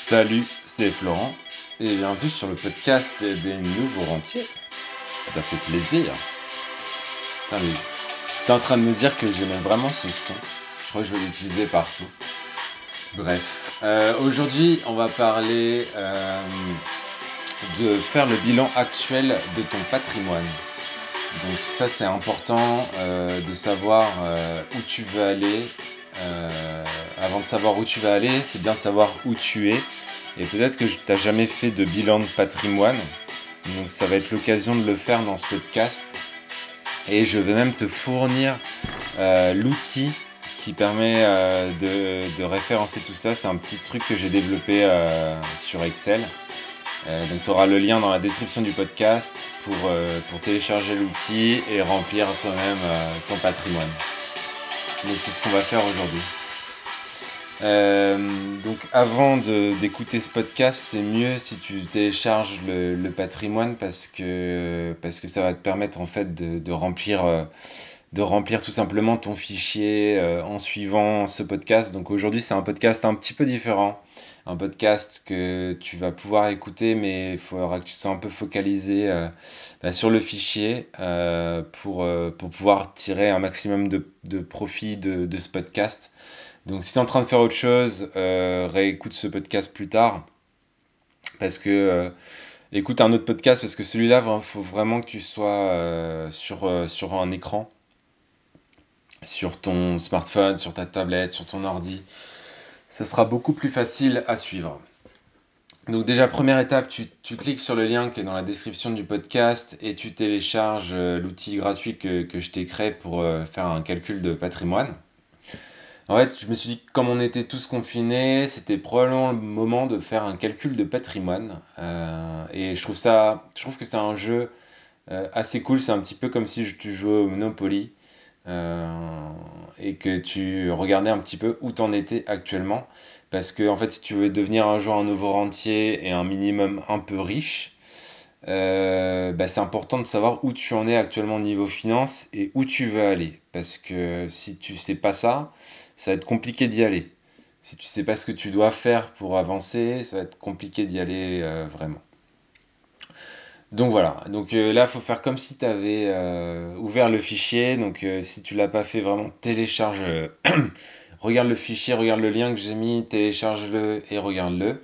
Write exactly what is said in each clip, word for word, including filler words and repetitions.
Salut, c'est Florent et bienvenue sur le podcast des nouveaux rentiers. Ça fait plaisir. Putain, mais t'es en train de me dire que j'aimais vraiment ce son. Je crois que je vais l'utiliser partout. Bref, euh, aujourd'hui on va parler euh, de faire le bilan actuel de ton patrimoine. Donc ça c'est important euh, de savoir euh, où tu veux aller. Euh, avant de savoir où tu vas aller, c'est bien de savoir où tu es. Et peut-être que tu n'as jamais fait de bilan de patrimoine. Donc ça va être l'occasion de le faire dans ce podcast. Et je vais même te fournir euh, l'outil qui permet euh, de, de référencer tout ça. C'est un petit truc que j'ai développé euh, sur Excel. Euh, donc tu auras le lien dans la description du podcast pour, euh, pour télécharger l'outil et remplir toi-même euh, ton patrimoine. Donc c'est ce qu'on va faire aujourd'hui. Euh, donc avant de, d'écouter ce podcast, c'est mieux si tu télécharges le, le patrimoine parce que, parce que ça va te permettre en fait de, de remplir, euh, de remplir tout simplement ton fichier euh, en suivant ce podcast. Donc aujourd'hui c'est un podcast un petit peu différent, un podcast que tu vas pouvoir écouter, mais il faudra que tu sois un peu focalisé euh, bah, sur le fichier euh, pour, euh, pour pouvoir tirer un maximum de, de profit de, de ce podcast. Donc si tu es en train de faire autre chose, euh, réécoute ce podcast plus tard. Parce que euh, écoute un autre podcast parce que celui-là, il faut vraiment que tu sois euh, sur, euh, sur un écran, sur ton smartphone, sur ta tablette, sur ton ordi. Ce sera beaucoup plus facile à suivre. Donc déjà, première étape, tu, tu cliques sur le lien qui est dans la description du podcast et tu télécharges euh, l'outil gratuit que, que je t'ai créé pour euh, faire un calcul de patrimoine. En fait, je me suis dit que comme on était tous confinés, c'était probablement le moment de faire un calcul de patrimoine. Euh, et je trouve ça, je trouve que c'est un jeu euh, assez cool. C'est un petit peu comme si tu jouais au Monopoly euh, et que tu regardais un petit peu où t'en étais actuellement. Parce que en fait, si tu veux devenir un jour un nouveau rentier et un minimum un peu riche, euh, bah, c'est important de savoir où tu en es actuellement au niveau finance et où tu veux aller. Parce que si tu sais pas ça, ça va être compliqué d'y aller. Si tu sais pas ce que tu dois faire pour avancer, ça va être compliqué d'y aller euh, vraiment. Donc voilà, donc euh, là il faut faire comme si tu avais euh, ouvert le fichier. Donc euh, si tu l'as pas fait, vraiment télécharge, euh, regarde le fichier, regarde le lien que j'ai mis, télécharge-le et regarde-le.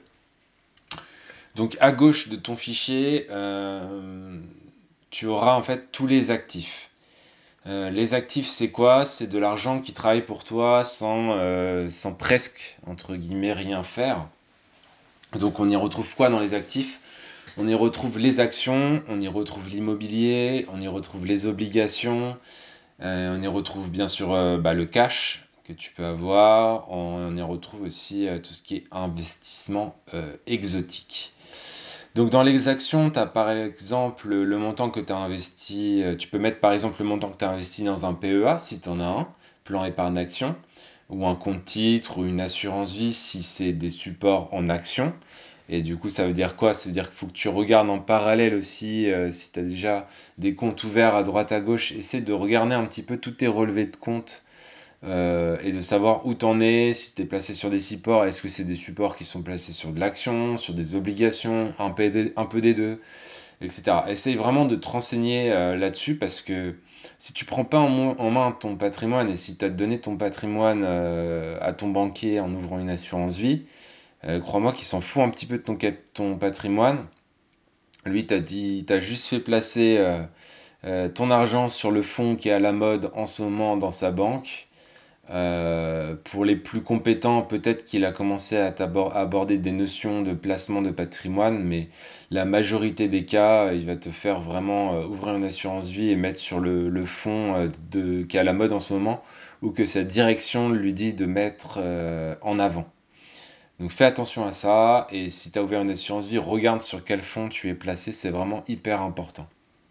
Donc à gauche de ton fichier, euh, tu auras en fait tous les actifs. Euh, les actifs, c'est quoi? C'est de l'argent qui travaille pour toi sans, euh, sans presque, entre guillemets, rien faire. Donc on y retrouve quoi dans les actifs? On y retrouve les actions, on y retrouve l'immobilier, on y retrouve les obligations, euh, on y retrouve bien sûr euh, bah, le cash que tu peux avoir, on y retrouve aussi euh, tout ce qui est investissement euh, exotique. Donc dans les actions, tu as par exemple le montant que tu as investi, euh, tu peux mettre par exemple le montant que tu as investi dans un P E A si tu en as un, plan épargne action, ou un compte titre ou une assurance vie si c'est des supports en action. Et du coup, ça veut dire quoi? Ça veut dire qu'il faut que tu regardes en parallèle aussi, euh, si tu as déjà des comptes ouverts à droite à gauche, essaie de regarder un petit peu tous tes relevés de compte euh, et de savoir où t'en es, si t'es placé sur des supports, est-ce que c'est des supports qui sont placés sur de l'action, sur des obligations, un peu des, un peu des deux, et cetera. Essaye vraiment de te renseigner euh, là-dessus parce que si tu prends pas en, mo- en main ton patrimoine et si tu as donné ton patrimoine euh, à ton banquier en ouvrant une assurance vie, euh, crois-moi qu'il s'en fout un petit peu de ton, cap- ton patrimoine. Lui, t'as dit, t'as juste fait placer euh, euh, ton argent sur le fonds qui est à la mode en ce moment dans sa banque. Euh, pour les plus compétents, peut-être qu'il a commencé à aborder des notions de placement de patrimoine, mais la majorité des cas, il va te faire vraiment euh, ouvrir une assurance vie et mettre sur le, le fonds euh, de, qui est à la mode en ce moment, ou que sa direction lui dit de mettre euh, en avant. Donc fais attention à ça, et si tu as ouvert une assurance vie, regarde sur quel fonds tu es placé, c'est vraiment hyper important.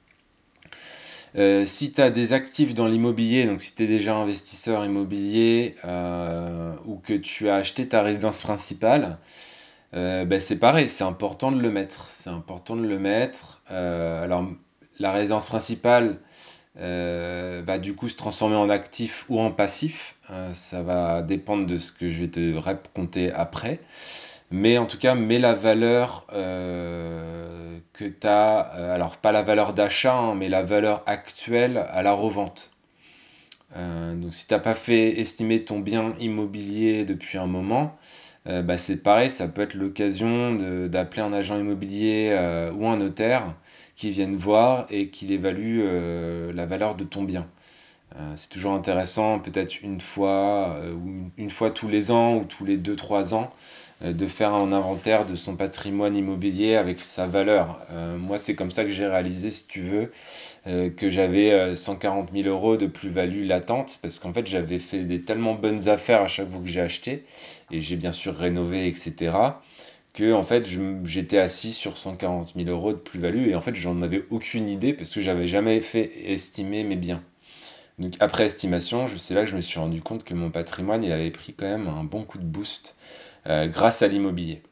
Euh, si tu as des actifs dans l'immobilier, donc si tu es déjà investisseur immobilier euh, ou que tu as acheté ta résidence principale, euh, ben c'est pareil, c'est important de le mettre. C'est important de le mettre. Euh, alors, la résidence principale euh, va du coup se transformer en actif ou en passif. Euh, ça va dépendre de ce que je vais te raconter après. Mais en tout cas, mets la valeur euh, que tu as, euh, alors pas la valeur d'achat, hein, mais la valeur actuelle à la revente. Euh, donc si tu n'as pas fait estimer ton bien immobilier depuis un moment, euh, bah, c'est pareil, ça peut être l'occasion de- d'appeler un agent immobilier euh, ou un notaire qui viennent voir et qui évalue euh, la valeur de ton bien. Euh, c'est toujours intéressant, peut-être une fois, euh, ou une, une fois tous les ans ou tous les deux trois ans, euh, de faire un inventaire de son patrimoine immobilier avec sa valeur. Euh, moi, c'est comme ça que j'ai réalisé, si tu veux, euh, que j'avais euh, cent quarante mille euros de plus-value latente, parce qu'en fait, j'avais fait des tellement bonnes affaires à chaque fois que j'ai acheté, et j'ai bien sûr rénové, et cetera, que en fait, je m- j'étais assis sur cent quarante mille euros de plus-value, et en fait, j'en avais aucune idée, parce que j'avais jamais fait estimer mes biens. Donc après estimation, je- c'est là que je me suis rendu compte que mon patrimoine, il avait pris quand même un bon coup de boost euh, grâce à l'immobilier.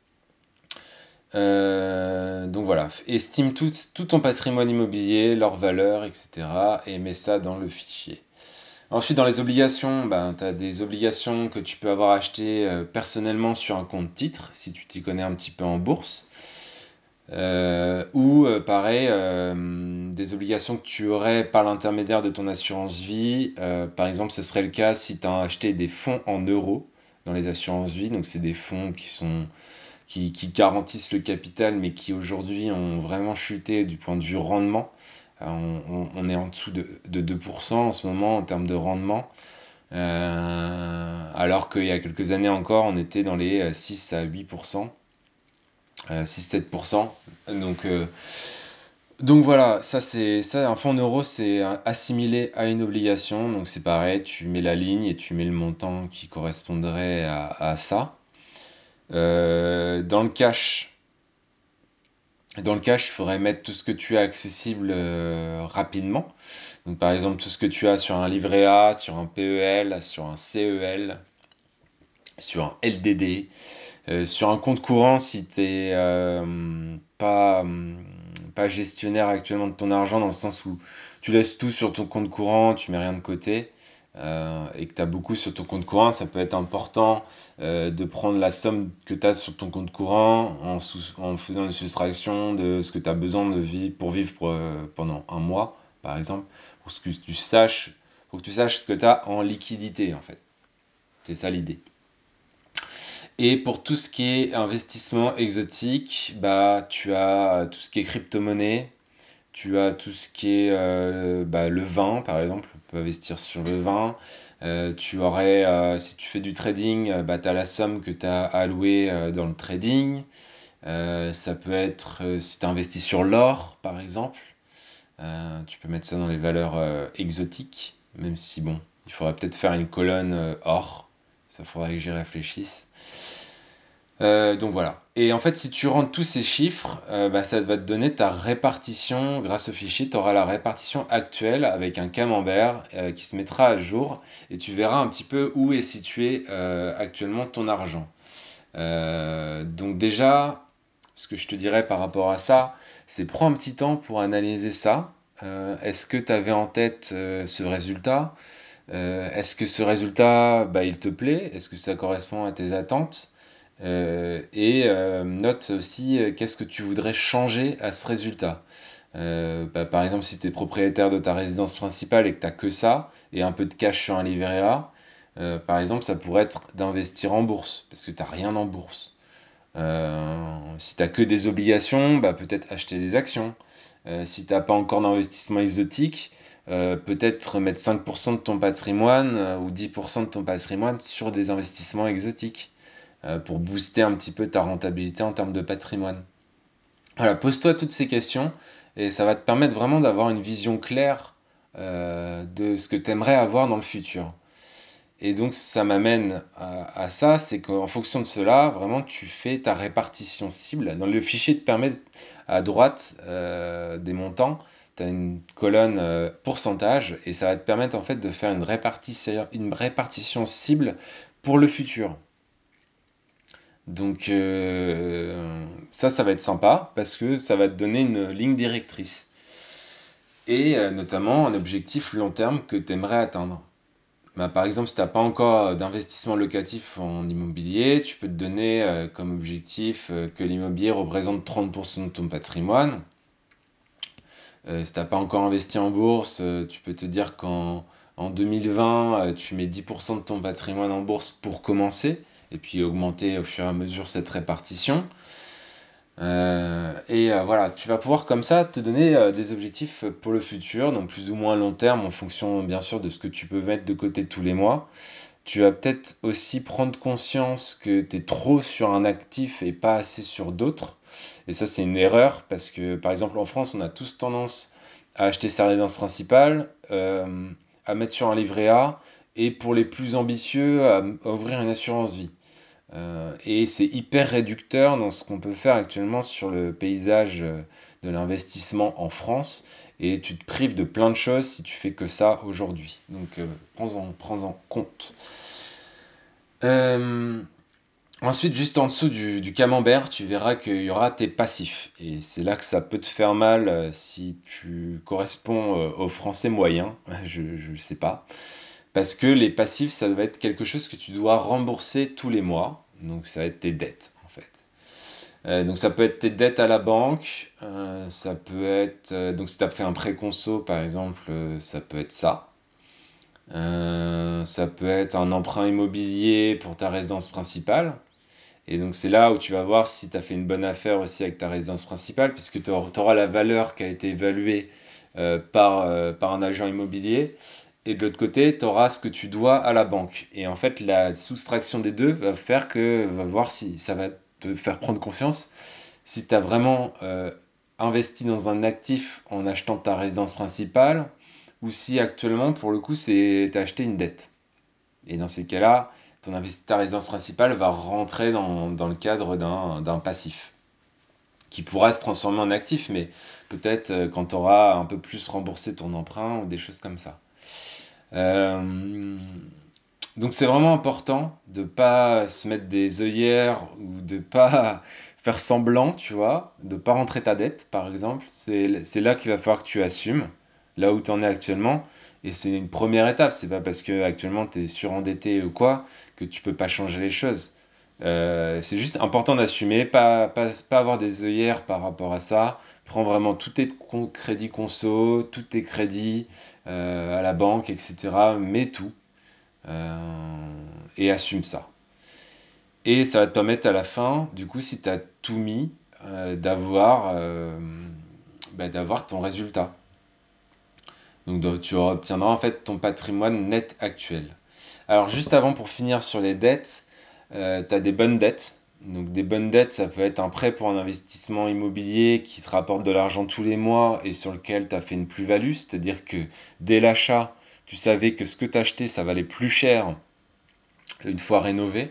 Euh, donc voilà, estime tout, tout ton patrimoine immobilier, leur valeur, et cetera. Et mets ça dans le fichier. Ensuite, dans les obligations, ben, tu as des obligations que tu peux avoir achetées euh, personnellement sur un compte titre, si tu t'y connais un petit peu en bourse. Euh, ou euh, pareil, euh, des obligations que tu aurais par l'intermédiaire de ton assurance vie. Euh, par exemple, ce serait le cas si tu as acheté des fonds en euros dans les assurances vie. Donc, c'est des fonds qui sont qui, qui garantissent le capital, mais qui aujourd'hui ont vraiment chuté du point de vue rendement. Euh, on, on- on est en dessous de, de deux pour cent en ce moment en termes de rendement. Euh, alors qu'il y a quelques années encore, on était dans les euh, six à huit pour cent, euh, six sept pour cent. Donc, euh, donc voilà, ça c'est ça, un fonds en euros, c'est euh, assimilé à une obligation. Donc c'est pareil, tu mets la ligne et tu mets le montant qui correspondrait à, à ça. Euh, dans le cash, dans le cash, il faudrait mettre tout ce que tu as accessible euh, rapidement. Donc par exemple, tout ce que tu as sur un livret A, sur un P E L, sur un C E L, sur un L D D, euh, sur un compte courant si tu n'es pas, hum, pas gestionnaire actuellement de ton argent, dans le sens où tu laisses tout sur ton compte courant, tu mets rien de côté. Euh, et que tu as beaucoup sur ton compte courant, ça peut être important euh, de prendre la somme que tu as sur ton compte courant en, sous- en faisant une soustraction de ce que tu as besoin de vivre pour vivre pour, euh, pendant un mois, par exemple, pour que tu saches, pour que tu saches ce que tu as en liquidité, en fait. C'est ça l'idée. Et pour tout ce qui est investissement exotique, bah, tu as tout ce qui est crypto-monnaie, tu as tout ce qui est euh, bah, le vin, par exemple, on peut investir sur le vin. Euh, tu aurais, euh, si tu fais du trading, euh, bah, tu as la somme que tu as allouée euh, dans le trading. Euh, ça peut être, euh, si tu investis sur l'or, par exemple, euh, tu peux mettre ça dans les valeurs euh, exotiques, même si, bon, il faudrait peut-être faire une colonne euh, or. Ça faudrait que j'y réfléchisse. Euh, donc voilà. Et en fait, si tu rentres tous ces chiffres, euh, bah, ça va te donner ta répartition. Grâce au fichier, tu auras la répartition actuelle avec un camembert euh, qui se mettra à jour et tu verras un petit peu où est situé euh, actuellement ton argent. Euh, donc déjà, ce que je te dirais par rapport à ça, c'est prends un petit temps pour analyser ça. Euh, est-ce que tu avais en tête euh, ce résultat? Euh, est-ce que ce résultat, bah, il te plaît? Est-ce que ça correspond à tes attentes? Euh, et euh, note aussi euh, qu'est-ce que tu voudrais changer à ce résultat. Euh, bah, par exemple, si tu es propriétaire de ta résidence principale et que tu n'as que ça, et un peu de cash sur un livret A, euh, par exemple, ça pourrait être d'investir en bourse, parce que tu n'as rien en bourse. Euh, si tu n'as que des obligations, bah, peut-être acheter des actions. Euh, si tu n'as pas encore d'investissement exotique, euh, peut-être mettre cinq pour cent de ton patrimoine euh, ou dix pour cent de ton patrimoine sur des investissements exotiques euh, pour booster un petit peu ta rentabilité en termes de patrimoine. Voilà, pose-toi toutes ces questions et ça va te permettre vraiment d'avoir une vision claire euh, de ce que tu aimerais avoir dans le futur. Et donc ça m'amène à, à ça, c'est qu'en fonction de cela, vraiment tu fais ta répartition cible. Dans le fichier te permet à droite euh, des montants, tu as une colonne euh, pourcentage et ça va te permettre en fait de faire une répartition, une répartition cible pour le futur. Donc euh, ça, ça va être sympa parce que ça va te donner une ligne directrice et euh, notamment un objectif long terme que tu aimerais atteindre. bah, par exemple, si tu n'as pas encore d'investissement locatif en immobilier, tu peux te donner euh, comme objectif euh, que l'immobilier représente trente pour cent de ton patrimoine. Euh, si tu n'as pas encore investi en bourse, euh, tu peux te dire qu'en en deux mille vingt, euh, tu mets dix pour cent de ton patrimoine en bourse pour commencer, et puis augmenter au fur et à mesure cette répartition. Euh, et euh, voilà, tu vas pouvoir comme ça te donner euh, des objectifs pour le futur, donc plus ou moins long terme en fonction bien sûr de ce que tu peux mettre de côté tous les mois. Tu vas peut-être aussi prendre conscience que tu es trop sur un actif et pas assez sur d'autres. Et ça, c'est une erreur parce que, par exemple, en France, on a tous tendance à acheter sa résidence principale, euh, à mettre sur un livret A, et pour les plus ambitieux, à, à ouvrir une assurance vie. Euh, et c'est hyper réducteur dans ce qu'on peut faire actuellement sur le paysage euh, de l'investissement en France. Et tu te prives de plein de choses si tu fais que ça aujourd'hui. Donc euh, prends-en, prends-en compte. Euh, Ensuite, juste en dessous du, du camembert, tu verras qu'il y aura tes passifs. Et c'est là que ça peut te faire mal euh, si tu corresponds euh, au français moyen. Je ne sais pas. Parce que les passifs, ça va être quelque chose que tu dois rembourser tous les mois. Donc ça va être tes dettes, en fait. Euh, donc ça peut être tes dettes à la banque. Euh, ça peut être... euh, donc si tu as fait un prêt conso, par exemple, euh, ça peut être ça. Euh, ça peut être un emprunt immobilier pour ta résidence principale. Et donc c'est là où tu vas voir si tu as fait une bonne affaire aussi avec ta résidence principale, puisque tu auras la valeur qui a été évaluée euh, par, euh, par un agent immobilier. Et de l'autre côté, tu auras ce que tu dois à la banque. Et en fait, la soustraction des deux va faire que, va voir si ça va te faire prendre conscience si tu as vraiment euh, investi dans un actif en achetant ta résidence principale, ou si actuellement, pour le coup, c'est t'as acheté une dette. Et dans ces cas-là, ton investi- ta résidence principale va rentrer dans, dans le cadre d'un d'un passif, qui pourra se transformer en actif, mais peut-être euh, quand tu auras un peu plus remboursé ton emprunt ou des choses comme ça. Euh, donc c'est vraiment important de pas se mettre des œillères ou de pas faire semblant, tu vois, de pas rentrer ta dette, par exemple. C'est c'est là qu'il va falloir que tu assumes, là où tu en es actuellement. Et c'est une première étape. C'est pas parce que actuellement tu es surendetté ou quoi que tu peux pas changer les choses. Euh, c'est juste important d'assumer, pas, pas, pas avoir des œillères par rapport à ça. Prends vraiment tous tes con- crédits conso, tous tes crédits euh, à la banque, et cetera. Mets tout euh, et assume ça. Et ça va te permettre à la fin, du coup, si tu as tout mis, euh, d'avoir euh, bah, d'avoir ton résultat. Donc de- tu obtiendras en fait ton patrimoine net actuel. Alors juste avant, pour finir sur les dettes, euh, tu as des bonnes dettes. Donc des bonnes dettes, ça peut être un prêt pour un investissement immobilier qui te rapporte de l'argent tous les mois et sur lequel tu as fait une plus-value. C'est-à-dire que dès l'achat, tu savais que ce que tu as acheté, ça valait plus cher une fois rénové.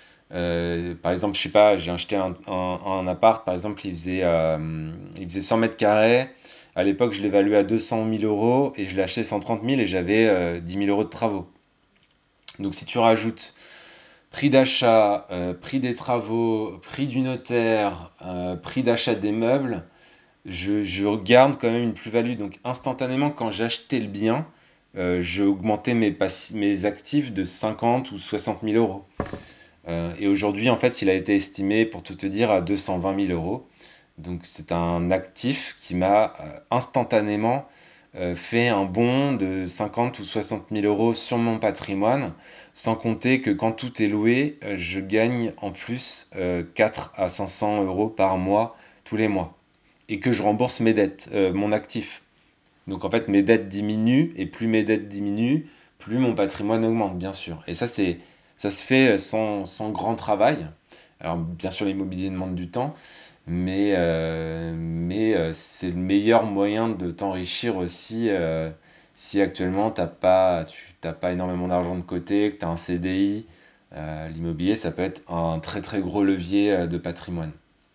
Euh, par exemple, je sais pas, j'ai acheté un, un- un appart, par exemple, il faisait, euh, il faisait cent mètres carrés. À l'époque, je l'évaluais à deux cent mille euros et je l'ai acheté cent trente mille et j'avais euh, dix mille euros de travaux. Donc, si tu rajoutes prix d'achat, euh, prix des travaux, prix du notaire, euh, prix d'achat des meubles, je, je garde quand même une plus-value. Donc, instantanément, quand j'achetais le bien, euh, j'ai augmenté mes, passi- mes actifs de cinquante ou soixante mille euros. Euh, et aujourd'hui, en fait, il a été estimé, pour tout te dire, à deux cent vingt mille euros. Donc, c'est un actif qui m'a euh, instantanément euh, fait un bond de cinquante ou soixante mille euros sur mon patrimoine, sans compter que quand tout est loué, euh, je gagne en plus euh, quatre à cinq cents euros par mois, tous les mois. Et que je rembourse mes dettes, euh, mon actif. Donc, en fait, mes dettes diminuent, et plus mes dettes diminuent, plus mon patrimoine augmente, bien sûr. Et ça, c'est, ça se fait sans, sans grand travail. Alors, bien sûr, l'immobilier demande du temps, mais, euh, mais euh, c'est le meilleur moyen de t'enrichir aussi euh, si actuellement t'as pas, tu n'as pas énormément d'argent de côté, que tu as un C D I. Euh, l'immobilier, ça peut être un très très gros levier euh, de patrimoine.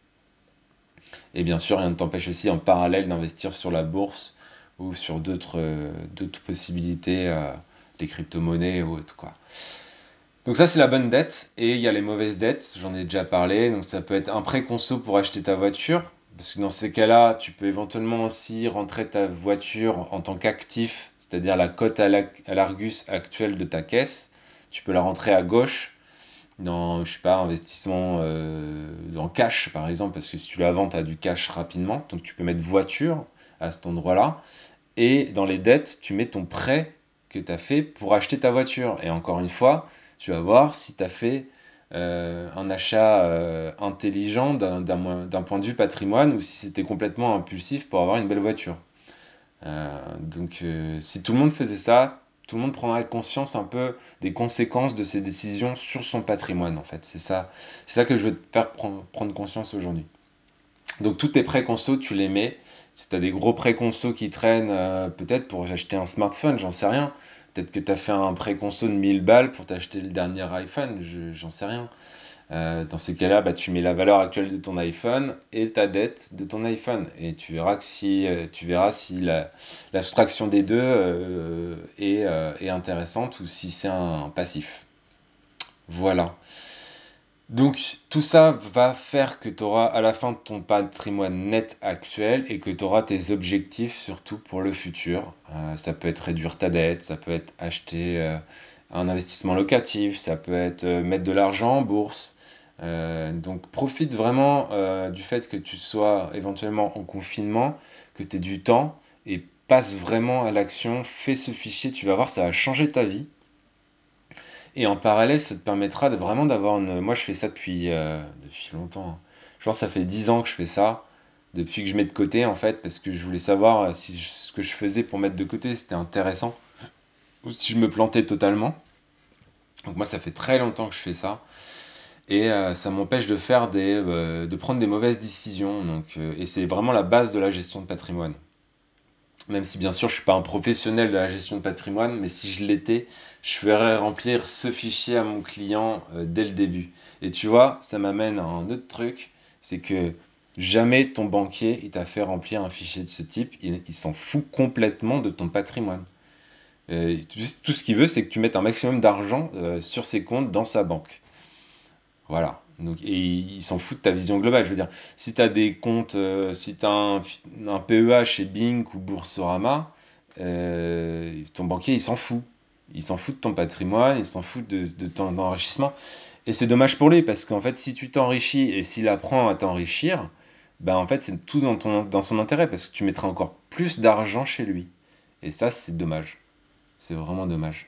Et bien sûr, rien ne t'empêche aussi en parallèle d'investir sur la bourse ou sur d'autres euh, d'autres possibilités, euh, des crypto-monnaies ou autres, quoi. Donc ça, c'est la bonne dette. Et il y a les mauvaises dettes, j'en ai déjà parlé. Donc ça peut être un prêt conso pour acheter ta voiture. Parce que dans ces cas-là, tu peux éventuellement aussi rentrer ta voiture en tant qu'actif c'est-à-dire la cote à la- à l'Argus actuelle de ta caisse, tu peux la rentrer à gauche dans, je sais pas, investissement euh, en cash par exemple, parce que si tu la vends, tu as du cash rapidement, donc tu peux mettre voiture à cet endroit-là, et dans les dettes, tu mets ton prêt que tu as fait pour acheter ta voiture. Et encore une fois, tu vas voir si tu as fait euh, un achat euh, intelligent d'un, d'un, d'un point de vue patrimoine ou si c'était complètement impulsif pour avoir une belle voiture. Euh, donc euh, si tout le monde faisait ça, tout le monde prendrait conscience un peu des conséquences de ses décisions sur son patrimoine en fait. C'est ça, c'est ça que je veux te faire prendre, prendre conscience aujourd'hui. Donc tous tes prêts conso, tu les mets. Si tu as des gros prêts conso qui traînent, euh, peut-être pour acheter un smartphone, j'en sais rien. Peut-être que tu as fait un prêt conso de mille balles pour t'acheter le dernier iPhone, je- j'en sais rien. Euh, dans ces cas-là, bah, tu mets la valeur actuelle de ton iPhone et ta dette de ton iPhone. Et tu verras que si, euh, tu verras si la, la soustraction des deux euh, est, euh, est intéressante ou si c'est un passif. Voilà. Donc tout ça va faire que tu auras à la fin de ton patrimoine net actuel et que tu auras tes objectifs surtout pour le futur. Euh, ça peut être réduire ta dette, ça peut être acheter euh, un investissement locatif, ça peut être euh, mettre de l'argent en bourse. Euh, donc profite vraiment euh, du fait que tu sois éventuellement en confinement, que tu aies du temps et passe vraiment à l'action, fais ce fichier, tu vas voir, ça va changer ta vie. Et en parallèle, ça te permettra de vraiment d'avoir une... Moi, je fais ça depuis, euh, depuis longtemps, hein. Je pense que ça fait dix ans que je fais ça, depuis que je mets de côté, en fait, parce que je voulais savoir euh, si je- ce que je faisais pour mettre de côté, c'était intéressant, ou si je me plantais totalement. Donc moi, ça fait très longtemps que je fais ça, et euh, ça m'empêche de faire des, euh, de prendre des mauvaises décisions. Donc, euh, et c'est vraiment la base de la gestion de patrimoine. Même si bien sûr je suis pas un professionnel de la gestion de patrimoine, mais si je l'étais, je ferais remplir ce fichier à mon client euh, dès le début. Et tu vois, ça m'amène à un autre truc, c'est que jamais ton banquier il t'a fait remplir un fichier de ce type, il, il s'en fout complètement de ton patrimoine. Euh, tout, tout ce qu'il veut, c'est que tu mettes un maximum d'argent euh, sur ses comptes dans sa banque. Voilà. Donc, et il s'en fout de ta vision globale. Je veux dire, si tu as des comptes, euh, si tu as un, un P E A chez Bink ou Boursorama, euh, ton banquier, il s'en fout. Il s'en fout de ton patrimoine, il s'en fout de, de ton enrichissement. Et c'est dommage pour lui, parce qu'en fait, si tu t'enrichis et s'il apprend à t'enrichir, ben en fait, c'est tout dans, ton, dans son intérêt, parce que tu mettras encore plus d'argent chez lui. Et ça, c'est dommage. C'est vraiment dommage.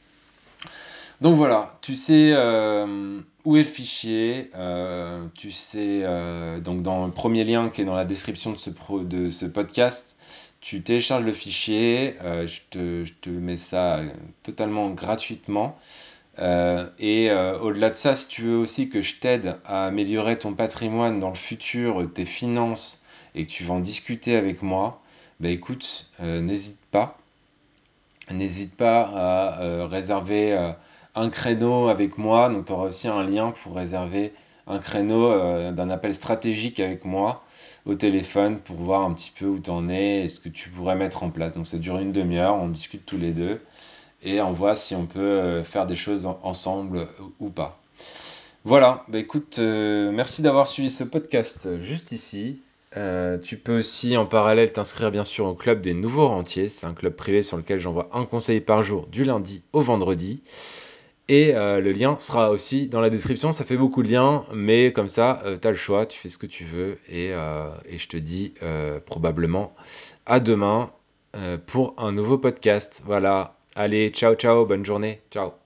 Donc voilà, tu sais euh, où est le fichier, euh, tu sais, euh, donc dans le premier lien qui est dans la description de ce, pro- de ce podcast, tu télécharges le fichier, euh, je te, je te mets ça euh, totalement gratuitement. Euh, et euh, au-delà de ça, si tu veux aussi que je t'aide à améliorer ton patrimoine dans le futur, tes finances, et que tu vas en discuter avec moi, bah écoute, euh, n'hésite pas. N'hésite pas à euh, réserver euh, un créneau avec moi. Donc, tu auras aussi un lien pour réserver un créneau euh, d'un appel stratégique avec moi au téléphone pour voir un petit peu où tu en es et ce que tu pourrais mettre en place. Donc, ça dure une demi-heure, on discute tous les deux et on voit si on peut euh, faire des choses en- ensemble euh, ou pas. Voilà, bah écoute, euh, merci d'avoir suivi ce podcast euh, juste ici. Euh, tu peux aussi en parallèle t'inscrire bien sûr au club des nouveaux rentiers. C'est un club privé sur lequel j'envoie un conseil par jour du lundi au vendredi. Et euh, le lien sera aussi dans la description. Ça fait beaucoup de liens, mais comme ça, euh, tu as le choix, tu fais ce que tu veux. Et, euh, et je te dis euh, probablement à demain euh, pour un nouveau podcast. Voilà, allez, ciao ciao, bonne journée, ciao.